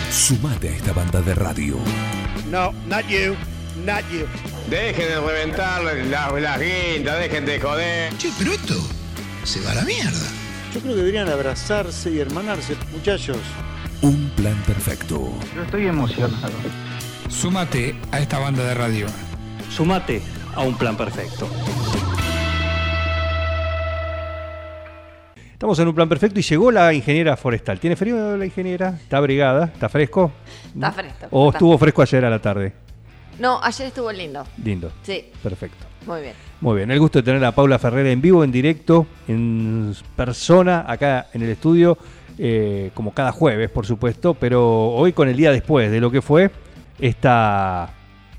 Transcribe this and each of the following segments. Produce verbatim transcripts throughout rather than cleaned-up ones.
Sumate a esta banda de radio. No, not you, not you. Dejen de reventar las, las guindas, dejen de joder. Che, pero esto se va a la mierda. Yo creo que deberían abrazarse y hermanarse, muchachos. Un plan perfecto. Yo estoy emocionado. Súmate a esta banda de radio. Súmate a un plan perfecto. Estamos en un plan perfecto y llegó la ingeniera forestal. ¿Tiene frío la ingeniera? ¿Está abrigada? ¿Está fresco? Está fresco. ¿O está estuvo fresco ayer a la tarde? No, ayer estuvo lindo. Lindo. Sí. Perfecto. Muy bien. Muy bien. El gusto de tener a Paula Ferrera en vivo, en directo, en persona, acá en el estudio, eh, como cada jueves, por supuesto, pero hoy con el día después de lo que fue esta...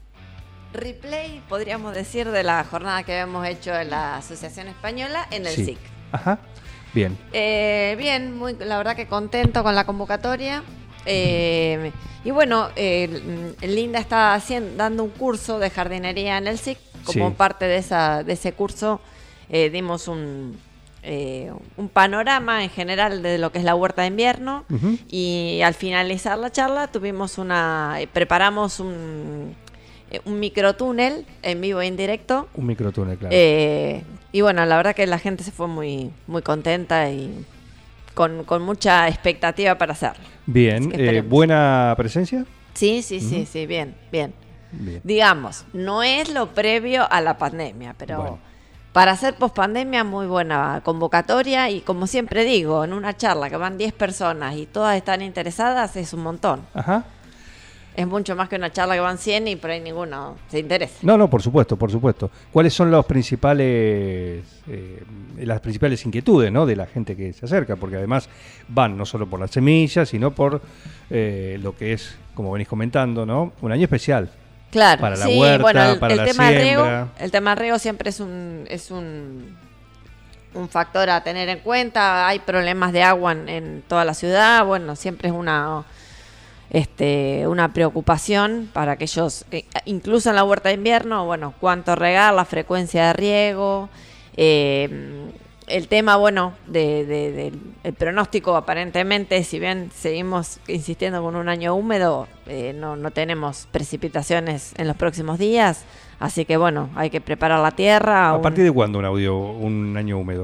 Replay, podríamos decir, de la jornada que habíamos hecho en la Asociación Española en el Sí. S I C. Ajá. Bien. Eh, bien, muy, la verdad que contento con la convocatoria. Eh, y bueno, eh, Linda está haciendo, dando un curso de jardinería en el S I C. Como Sí. parte de, esa, de ese curso eh, dimos un, eh, un panorama en general de lo que es la huerta de invierno. Uh-huh. Y al finalizar la charla tuvimos una, eh, preparamos un, eh, un microtúnel en vivo e en directo. Un microtúnel, claro. Eh, y bueno, la verdad que la gente se fue muy, muy contenta y con, con mucha expectativa para hacerlo. Bien. Así que Eh, esperemos. ¿Buena presencia? Sí, sí, sí, Ujú. sí, bien, bien. Bien. Digamos, no es lo previo a la pandemia, pero Bueno. para hacer pospandemia muy buena convocatoria y como siempre digo, en una charla que van diez personas y todas están interesadas es un montón. Ajá. Es mucho más que una charla que van cien y por ahí ninguno se interesa. No, no, por supuesto, por supuesto. ¿Cuáles son los principales, eh, las principales inquietudes, ¿no?, de la gente que se acerca? Porque además van no solo por las semillas, sino por eh, lo que es, como venís comentando, ¿no?, un año especial. Claro, Para la sí, huerta, bueno, el, para el la tema de riego, siembra. el tema de riego siempre es un es un un factor a tener en cuenta. Hay problemas de agua en, en toda la ciudad, bueno, siempre es una este una preocupación para aquellos, eh, incluso en la huerta de invierno, bueno, cuánto regar, la frecuencia de riego, eh, el tema, bueno, de, de, de el pronóstico aparentemente, si bien seguimos insistiendo con un año húmedo, eh, no, no tenemos precipitaciones en los próximos días, así que bueno, hay que preparar la tierra. ¿A un- partir de cuándo un audio, un año húmedo?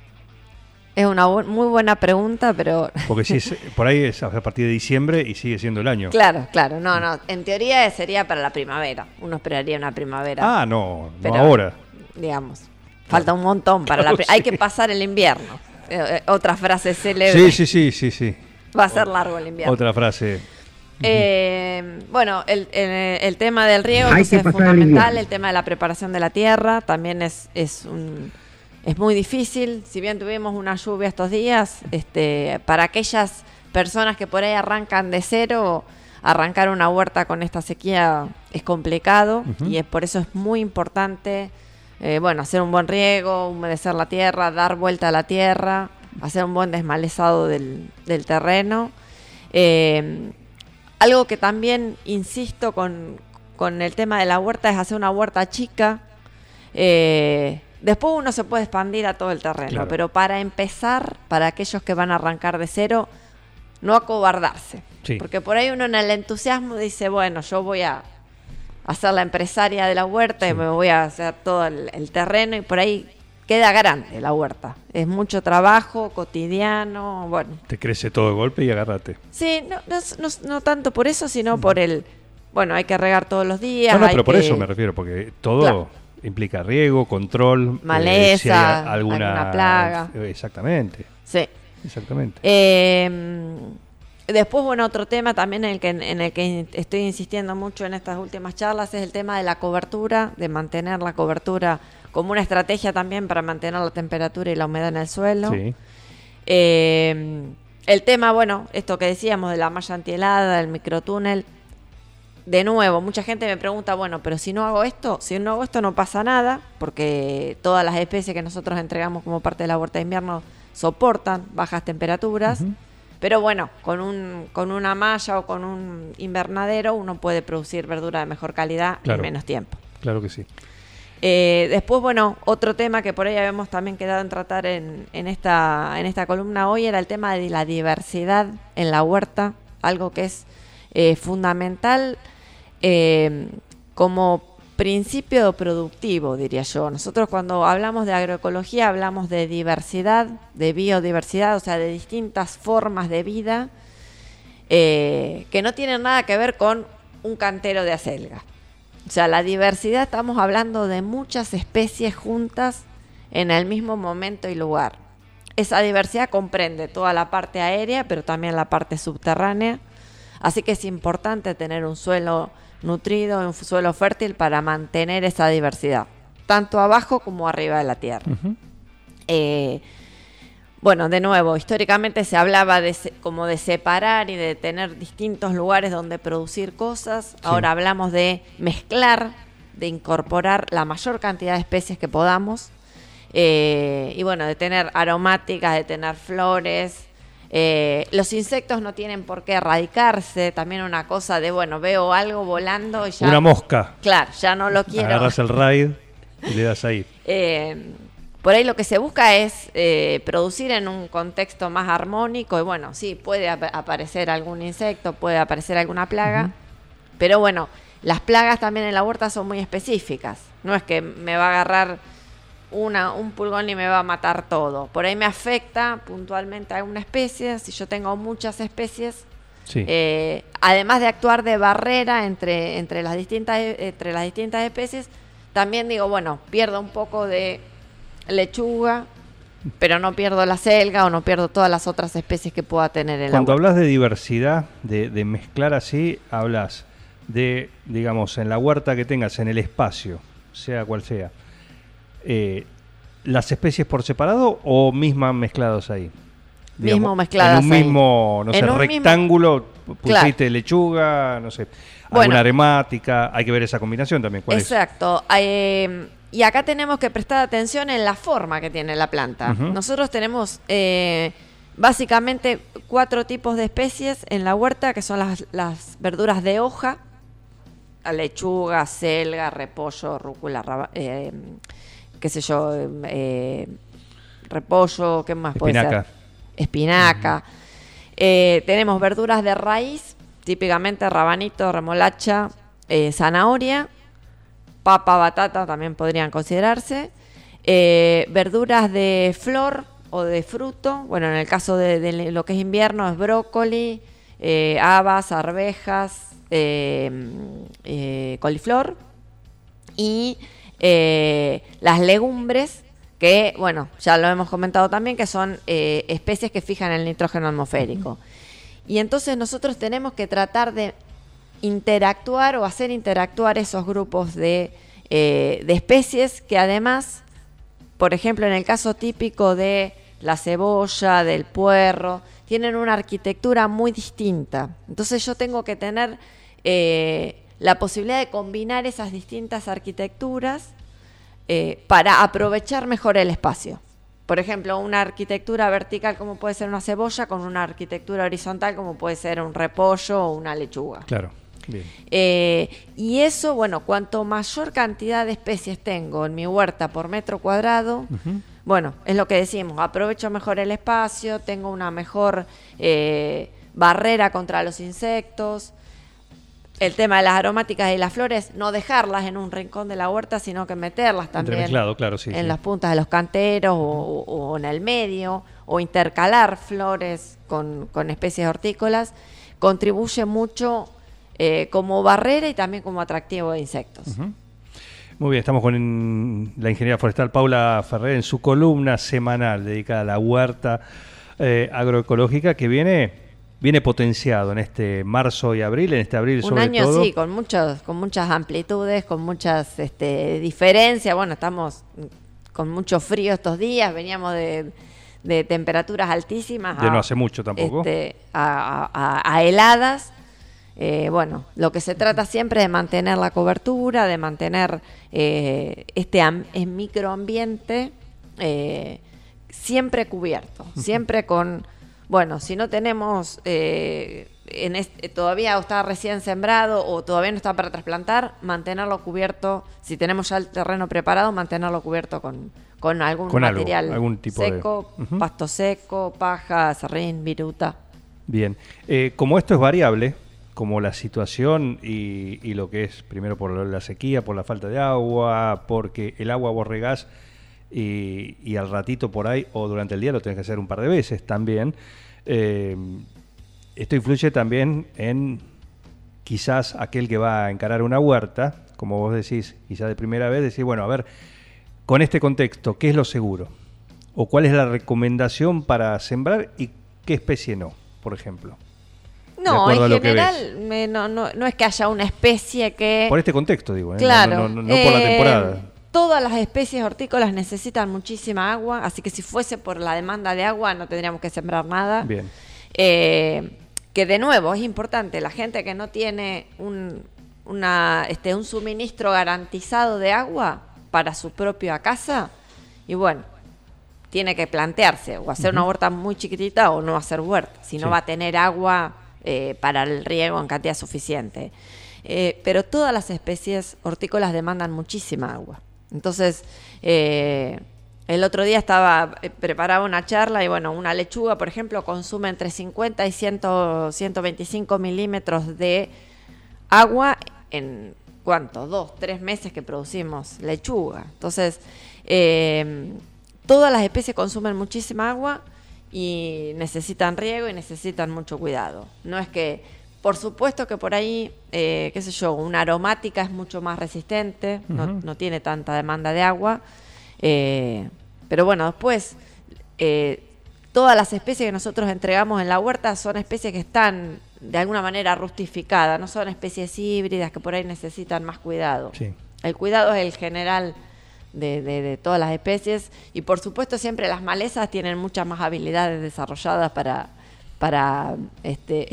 Es una bu- muy buena pregunta, pero Porque si es, por ahí es a partir de diciembre y sigue siendo el año. claro, claro, no, no, en teoría sería para la primavera, uno esperaría una primavera, Ah, no, no Pero- ahora. digamos. Falta un montón para la pri- Sí. hay que pasar el invierno. Eh, eh, otra frase célebre. Sí, sí, sí, sí, sí. Va a ser largo el invierno. Otra frase. Eh, bueno, el, el, el tema del riego Hay que que es pasar el fundamental, invierno. el tema de la preparación de la tierra también es, es un es muy difícil. Si bien tuvimos una lluvia estos días, este, para aquellas personas que por ahí arrancan de cero, arrancar una huerta con esta sequía es complicado. Ujú. Y es, por eso es muy importante, eh, bueno, hacer un buen riego, humedecer la tierra, dar vuelta a la tierra, hacer un buen desmalezado del, del terreno. Eh, algo que también insisto con, con el tema de la huerta es hacer una huerta chica. Eh, después uno se puede expandir a todo el terreno, Claro. pero para empezar, para aquellos que van a arrancar de cero, no acobardarse. Sí. Porque por ahí uno en el entusiasmo dice, bueno, yo voy a hacer la empresaria de la huerta y Sí. me voy a hacer todo el, el terreno y por ahí queda grande la huerta. Es mucho trabajo cotidiano, bueno. Te crece todo de golpe y agárrate. Sí, no, no, no- no tanto por eso, sino por el, bueno, hay que regar todos los días. No, no, hay pero por que- eso me refiero, porque todo Claro. implica riego, control, eh, Maleza, si hay alguna, alguna plaga. eh, Exactamente, Sí. exactamente. Eh, después, bueno, otro tema también en el, que, en el que estoy insistiendo mucho en estas últimas charlas es el tema de la cobertura, de mantener la cobertura como una estrategia también para mantener la temperatura y la humedad en el suelo. Sí. Eh, el tema, bueno, esto que decíamos de la malla antihelada, del microtúnel. De nuevo, mucha gente me pregunta, bueno, pero si no hago esto, si no hago esto no pasa nada, porque todas las especies que nosotros entregamos como parte de la huerta de invierno soportan bajas temperaturas. Ujú. Pero bueno, con un con una malla o con un invernadero uno puede producir verdura de mejor calidad Claro. en menos tiempo. Claro que sí. Eh, después, bueno, otro tema que por ahí habíamos también quedado en tratar en, en, esta, en esta columna hoy era el tema de la diversidad en la huerta, algo que es eh, fundamental eh, como principio productivo, diría yo. Nosotros cuando hablamos de agroecología hablamos de diversidad, de biodiversidad, o sea, de distintas formas de vida eh, que no tienen nada que ver con un cantero de acelga. O sea, la diversidad, estamos hablando de muchas especies juntas en el mismo momento y lugar. Esa diversidad comprende toda la parte aérea, pero también la parte subterránea. Así que es importante tener un suelo nutrido, un suelo fértil para mantener esa diversidad, tanto abajo como arriba de la tierra. Uh-huh. Eh, bueno, de nuevo, históricamente se hablaba de se, como de separar y de tener distintos lugares donde producir cosas. Sí. Ahora hablamos de mezclar, de incorporar la mayor cantidad de especies que podamos. Eh, y bueno, de tener aromáticas, de tener flores. Eh, los insectos no tienen por qué erradicarse. También una cosa de, bueno, veo algo volando y ya... Una mosca. Claro, ya no lo quiero. Agarras el raid y le das ahí. Eh, por ahí lo que se busca es eh, producir en un contexto más armónico. Y bueno, sí, puede ap- aparecer algún insecto, puede aparecer alguna plaga. Uh-huh. Pero bueno, las plagas también en la huerta son muy específicas. No es que me va a agarrar... Una, un pulgón y me va a matar todo. Por ahí me afecta puntualmente a alguna especie. Si yo tengo muchas especies, sí. eh, además de actuar de barrera entre, entre, las distintas, entre las distintas especies, también digo, bueno, pierdo un poco de lechuga, pero no pierdo la selga o no pierdo todas las otras especies que pueda tener en la Cuando huerta. hablas de diversidad, de, de mezclar así, hablas de, digamos, en la huerta que tengas, en el espacio, sea cual sea, Eh, ¿las especies por separado o mismas mezcladas ahí? Digamos, mismo mezcladas en un ahí. mismo, no en sé, rectángulo, mismo... pusiste claro. lechuga, no sé, bueno, alguna aromática, hay que ver esa combinación también. ¿Cuál exacto. es? Eh, y acá tenemos que prestar atención en la forma que tiene la planta. Uh-huh. Nosotros tenemos eh, básicamente cuatro tipos de especies en la huerta, que son las, las verduras de hoja, lechuga, selga, repollo, rúcula, raba, eh, qué sé yo, eh, repollo, ¿qué más puede Espinaca. ser? Espinaca. Uh-huh. Eh, tenemos verduras de raíz, típicamente rabanito, remolacha, eh, zanahoria, papa, batata también podrían considerarse. Eh, verduras de flor o de fruto, bueno, en el caso de, de lo que es invierno es brócoli, eh, habas, arvejas, eh, eh, coliflor y... Eh, las legumbres, que bueno, ya lo hemos comentado también, que son eh, especies que fijan el nitrógeno atmosférico. Y entonces nosotros tenemos que tratar de interactuar o hacer interactuar esos grupos de, eh, de especies que además, por ejemplo, en el caso típico de la cebolla, del puerro, tienen una arquitectura muy distinta. Entonces yo tengo que tener... Eh, la posibilidad de combinar esas distintas arquitecturas eh, para aprovechar mejor el espacio. Por ejemplo, una arquitectura vertical como puede ser una cebolla con una arquitectura horizontal como puede ser un repollo o una lechuga. Claro, bien. Eh, y eso, bueno, cuanto mayor cantidad de especies tengo en mi huerta por metro cuadrado, uh-huh. bueno, es lo que decimos, aprovecho mejor el espacio, tengo una mejor eh, barrera contra los insectos. El tema de las aromáticas y las flores, no dejarlas en un rincón de la huerta, sino que meterlas también claro, sí, en sí. las puntas de los canteros o, o en el medio, o intercalar flores con, con especies hortícolas, contribuye mucho eh, como barrera y también como atractivo de insectos. Uh-huh. Muy bien, estamos con la ingeniera forestal Paula Ferrer en su columna semanal dedicada a la huerta eh, agroecológica que viene... Viene potenciado en este marzo y abril, en este abril Un sobre año, todo. sí, con muchos, con muchas amplitudes, con muchas este, diferencias. Bueno, estamos con mucho frío estos días, veníamos de, de temperaturas altísimas. De a, no hace mucho tampoco. Este, a, a, a heladas. Eh, bueno, lo que se trata siempre es de mantener la cobertura, de mantener eh, este am- microambiente eh, siempre cubierto, siempre con... Bueno, si no tenemos, eh, en este, todavía está recién sembrado o todavía no está para trasplantar, mantenerlo cubierto, si tenemos ya el terreno preparado, mantenerlo cubierto con, con algún con material algo, algún tipo seco, de... uh-huh. pasto seco, paja, serrín, viruta. Bien, eh, como esto es variable, como la situación y, y lo que es, primero por la sequía, por la falta de agua, porque el agua vos regás y, y al ratito por ahí, o durante el día lo tenés que hacer un par de veces también. Eh, esto influye también en quizás aquel que va a encarar una huerta, como vos decís, quizás de primera vez, decir, bueno, a ver, con este contexto, ¿qué es lo seguro? ¿O cuál es la recomendación para sembrar y qué especie no, por ejemplo? No, en general me, no, no, no es que haya una especie que... Por este contexto, digo, ¿eh? Claro. No, no, no, no por la eh, temporada. Todas las especies hortícolas necesitan muchísima agua, así que si fuese por la demanda de agua no tendríamos que sembrar nada. Bien. Eh, que de nuevo, es importante, la gente que no tiene un, una, este, un suministro garantizado de agua para su propia casa, y bueno, tiene que plantearse o hacer uh-huh. una huerta muy chiquitita o no hacer huerta, si no sí. va a tener agua eh, para el riego en cantidad suficiente. Eh, pero todas las especies hortícolas demandan muchísima agua. Entonces, eh, el otro día estaba eh, preparaba una charla y bueno, una lechuga, por ejemplo, consume entre cincuenta y cien, ciento veinticinco milímetros de agua en, ¿cuánto? Dos, tres meses que producimos lechuga. Entonces, eh, todas las especies consumen muchísima agua y necesitan riego y necesitan mucho cuidado. No es que, por supuesto que por ahí, eh, qué sé yo, una aromática es mucho más resistente, uh-huh. no, no tiene tanta demanda de agua, eh, pero bueno, después, eh, todas las especies que nosotros entregamos en la huerta son especies que están de alguna manera rustificadas, no son especies híbridas que por ahí necesitan más cuidado. Sí. El cuidado es el general De, de, de todas las especies y por supuesto siempre las malezas tienen muchas más habilidades desarrolladas para, para este,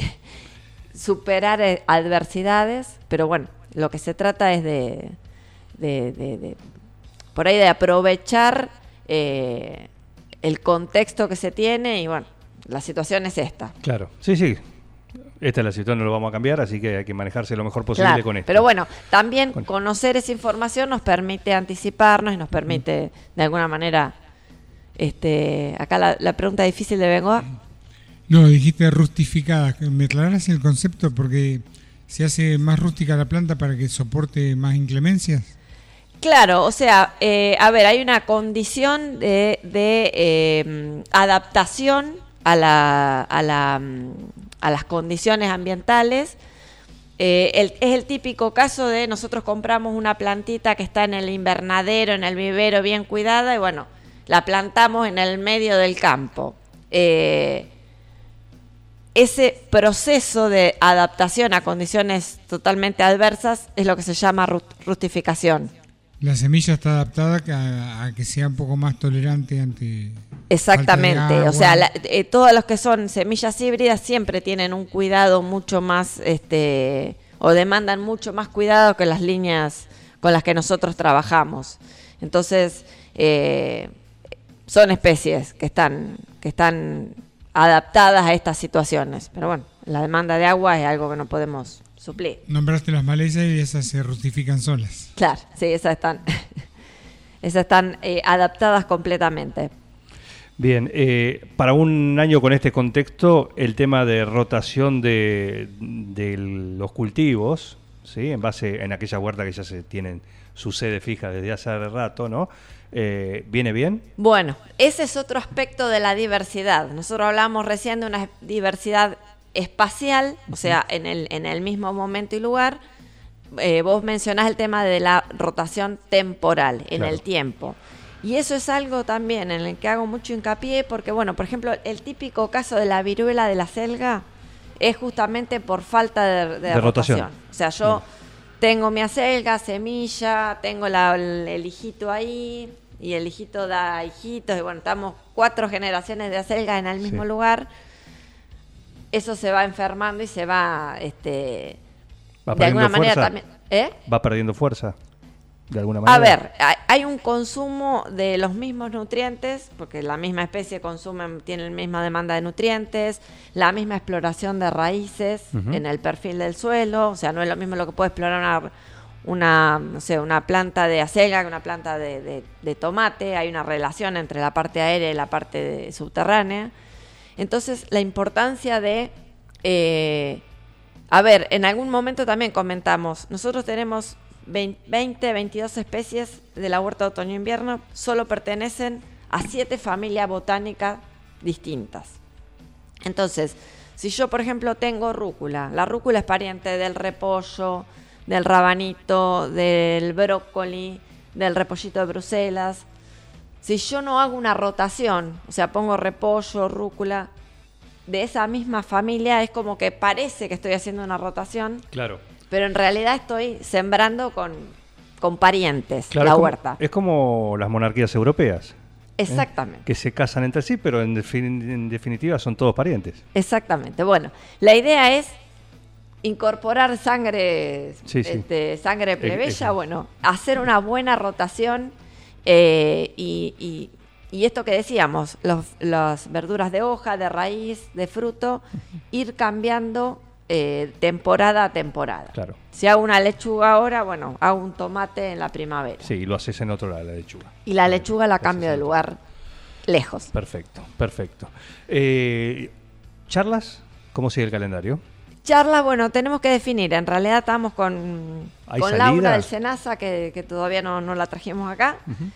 superar adversidades, pero bueno, lo que se trata es de, de, de, de por ahí de aprovechar eh, el contexto que se tiene y bueno, la situación es esta. Claro, sí, sí. Esta es la situación, no lo vamos a cambiar, así que hay que manejarse lo mejor posible claro, con esto. Pero bueno, también con... conocer esa información nos permite anticiparnos y nos permite, mm. de alguna manera, este, acá la, la pregunta difícil de Bengoa. No, dijiste rustificada. ¿Me aclarás el concepto? Porque se hace más rústica la planta para que soporte más inclemencias. Claro, o sea, eh, a ver, hay una condición de, de eh, adaptación a la... A la a las condiciones ambientales. Eh, el, es el típico caso de nosotros compramos una plantita que está en el invernadero, en el vivero bien cuidada y bueno, la plantamos en el medio del campo. Eh, ese proceso de adaptación a condiciones totalmente adversas es lo que se llama rustificación. La semilla está adaptada a, a que sea un poco más tolerante ante... Exactamente, o sea, la, eh, todos los que son semillas híbridas siempre tienen un cuidado mucho más, este, o demandan mucho más cuidado que las líneas con las que nosotros trabajamos. Entonces, eh, son especies que están, que están adaptadas a estas situaciones. Pero bueno, la demanda de agua es algo que no podemos suplir. Nombraste las malezas y esas se rustifican solas. Claro, sí, esas están, esas están eh, adaptadas completamente. Bien, eh, para un año con este contexto, el tema de rotación de, de los cultivos, ¿sí? En base en aquella huerta que ya se tienen su sede fija desde hace rato, ¿no? Eh, ¿Viene bien? Bueno, ese es otro aspecto de la diversidad. Nosotros hablamos recién de una diversidad espacial, o sea, en el, en el mismo momento y lugar. Eh, vos mencionás el tema de la rotación temporal, en claro. el tiempo. Y eso es algo también en el que hago mucho hincapié porque, bueno, por ejemplo, el típico caso de la viruela de la selga es justamente por falta de, de, de rotación. rotación. O sea, yo mm. tengo mi acelga, semilla, tengo la, el, el hijito ahí y el hijito da hijitos y, bueno, estamos cuatro generaciones de acelga en el mismo sí. lugar. Eso se va enfermando y se va, este, ¿Va de alguna manera fuerza? también... ¿Eh? ¿Va perdiendo fuerza? De alguna manera. A ver, hay un consumo de los mismos nutrientes, porque la misma especie consume, tiene la misma demanda de nutrientes, la misma exploración de raíces uh-huh. en el perfil del suelo, o sea, no es lo mismo lo que puede explorar una, una no sé, una planta de acelga que una planta de, de, de tomate, hay una relación entre la parte aérea y la parte de, subterránea. Entonces, la importancia de... Eh, a ver, en algún momento también comentamos, nosotros tenemos veinte, veintidós especies de la huerta de otoño-invierno, solo pertenecen a siete familias botánicas distintas. Entonces, si yo, por ejemplo, tengo rúcula, la rúcula es pariente del repollo, del rabanito, del brócoli, del repollito de Bruselas. Si yo no hago una rotación, o sea, pongo repollo, rúcula, de esa misma familia, es como que parece que estoy haciendo una rotación. Claro. Pero en realidad estoy sembrando con, con parientes Claro, la es como- huerta. Es como las monarquías europeas. ¿eh? Exactamente. Que se casan entre sí, pero en, defin- en definitiva son todos parientes. Exactamente. Bueno, la idea es incorporar sangre, Sí, sí. este, sangre plebeya, eh. bueno, hacer una buena rotación eh, y, y- y esto que decíamos, los, las verduras de hoja, de raíz, de fruto, ir cambiando eh, temporada a temporada. Claro. Si hago una lechuga ahora, bueno, hago un tomate en la primavera. Sí, y lo haces en otro lado, la lechuga. Y la lechuga la Haces cambio de en otro. lugar lejos. Perfecto, perfecto. Eh, ¿Charlas? ¿Cómo sigue el calendario? Charla, bueno, tenemos que definir. En realidad estamos con, ¿Hay con salida? Laura del Senasa, que, que todavía no, no la trajimos acá.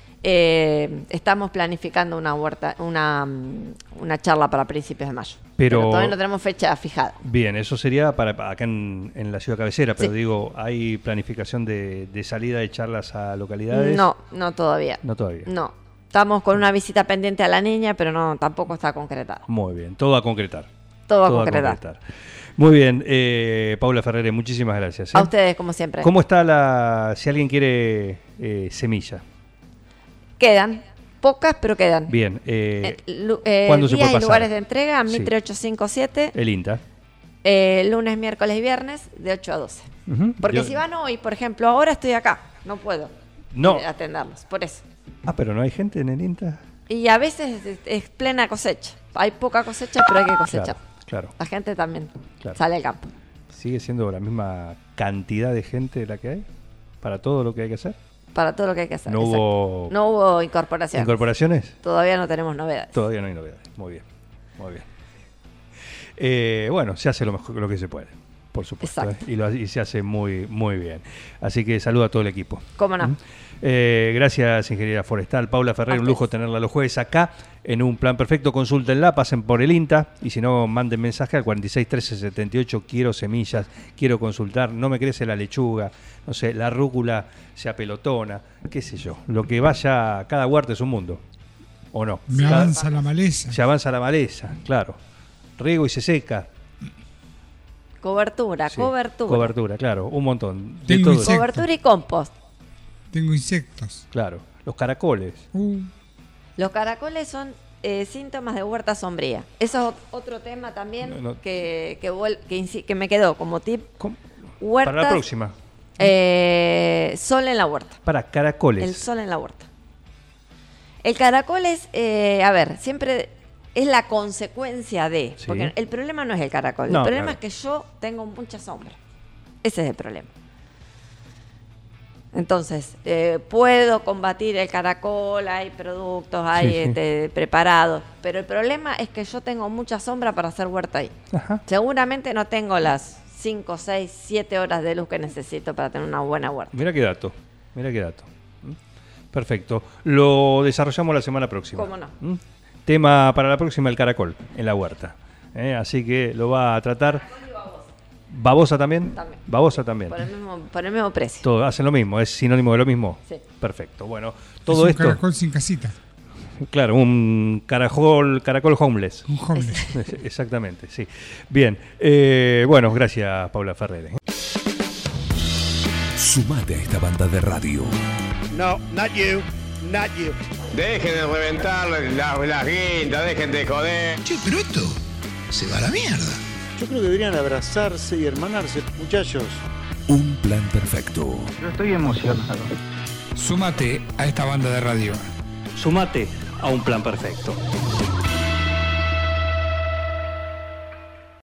Eh, estamos planificando una huerta, una, mm, una charla para principios de mayo. Pero- todavía no tenemos fecha fijada. Bien, eso sería para para acá en, en la ciudad cabecera, pero Sí. digo, ¿hay planificación de, de salida de charlas a localidades? No, no todavía. No todavía. No. Estamos con una visita pendiente a la niña, pero no, tampoco está concretada. Muy bien, todo a concretar. Todo a concretar. Muy bien, eh, Paula Ferrere, muchísimas gracias. ¿eh? A ustedes, como siempre. ¿Cómo está la, si alguien quiere eh, semilla? Quedan. Pocas, pero quedan. Bien, eh, Eh, lu- eh, ¿cuándo se días puede y pasar? lugares de entrega, Sí. Mitre ocho cinco siete. el INTA. Eh, lunes, miércoles y viernes de ocho a doce. Ujú. Porque Yo- si van hoy, por ejemplo, ahora estoy acá, no puedo No. eh, atenderlos, por eso. Ah, pero no hay gente en el INTA. Y a veces es, es plena cosecha. Hay poca cosecha, pero hay que cosechar. Claro, claro. La gente también Claro. sale al campo. ¿Sigue siendo la misma cantidad de gente la que hay para todo lo que hay que hacer? Para todo lo que hay que hacer. No exacto. hubo No hubo incorporación. incorporaciones. Todavía no tenemos novedades. Todavía no hay novedades. Muy bien, muy bien. Eh, bueno, se hace lo mejor lo que se puede, por supuesto. Exacto. ¿eh? Y, lo, y se hace muy, muy bien. Así que saludo a todo el equipo. ¿Cómo no? ¿Mm? Eh, gracias, ingeniera forestal. Paula Ferrer, A un lujo ustedes. tenerla los jueves acá en Un Plan Perfecto. Consúltenla, pasen por el INTA y si no, manden mensaje al cuarenta y seis trece setenta y ocho. Quiero semillas, quiero consultar, no me crece la lechuga, no sé, la rúcula se apelotona, qué sé yo. Lo que vaya, cada huerta es un mundo, ¿o no? Me Cada- avanza la maleza. se avanza la maleza, claro. Riego y se seca. Cobertura, Sí, cobertura. Cobertura, claro, un montón. De Tengo todo. insectos. Cobertura y compost. Tengo insectos. Claro, los caracoles. Uh, Los caracoles son eh, síntomas de huerta sombría. Eso es ot- otro tema también No, no. Que, que, vuel- que, insi- que me quedó como tip. ¿Cómo? Huertas, Para la próxima. eh, sol en la huerta. Para caracoles. El sol en la huerta. El caracol es, eh, a ver, siempre es la consecuencia de. Sí. Porque el problema no es el caracol. No, el problema claro. es que yo tengo mucha sombra. Ese es el problema. Entonces, eh, puedo combatir el caracol, hay productos, hay Sí, sí. este, preparados, pero el problema es que yo tengo mucha sombra para hacer huerta ahí. Ajá. Seguramente no tengo las cinco, seis, siete horas de luz que necesito para tener una buena huerta. Mira qué dato. Mira qué dato. ¿Mm? Perfecto. Lo desarrollamos la semana próxima. ¿Cómo no? ¿Mm? Tema para la próxima, el caracol en la huerta. ¿Eh? Así que lo va a tratar. ¿Babosa también? También. Babosa también. Por el mismo, por el mismo precio. Todo, hacen lo mismo, es sinónimo de lo mismo. Sí. Perfecto. Bueno, es todo un esto. caracol sin casita. Claro, un caracol, caracol homeless. Un homeless. Exactamente, sí. Bien. eh, bueno, gracias, Paula Ferrer. Sumate a esta banda de radio. No, not you, not you. Dejen de reventar las, las guindas, dejen de joder. Che, pero esto se va a la mierda. Yo creo que deberían abrazarse y hermanarse, muchachos. Un plan perfecto. Yo estoy emocionado. Súmate a esta banda de radio. Sumate a Un Plan Perfecto.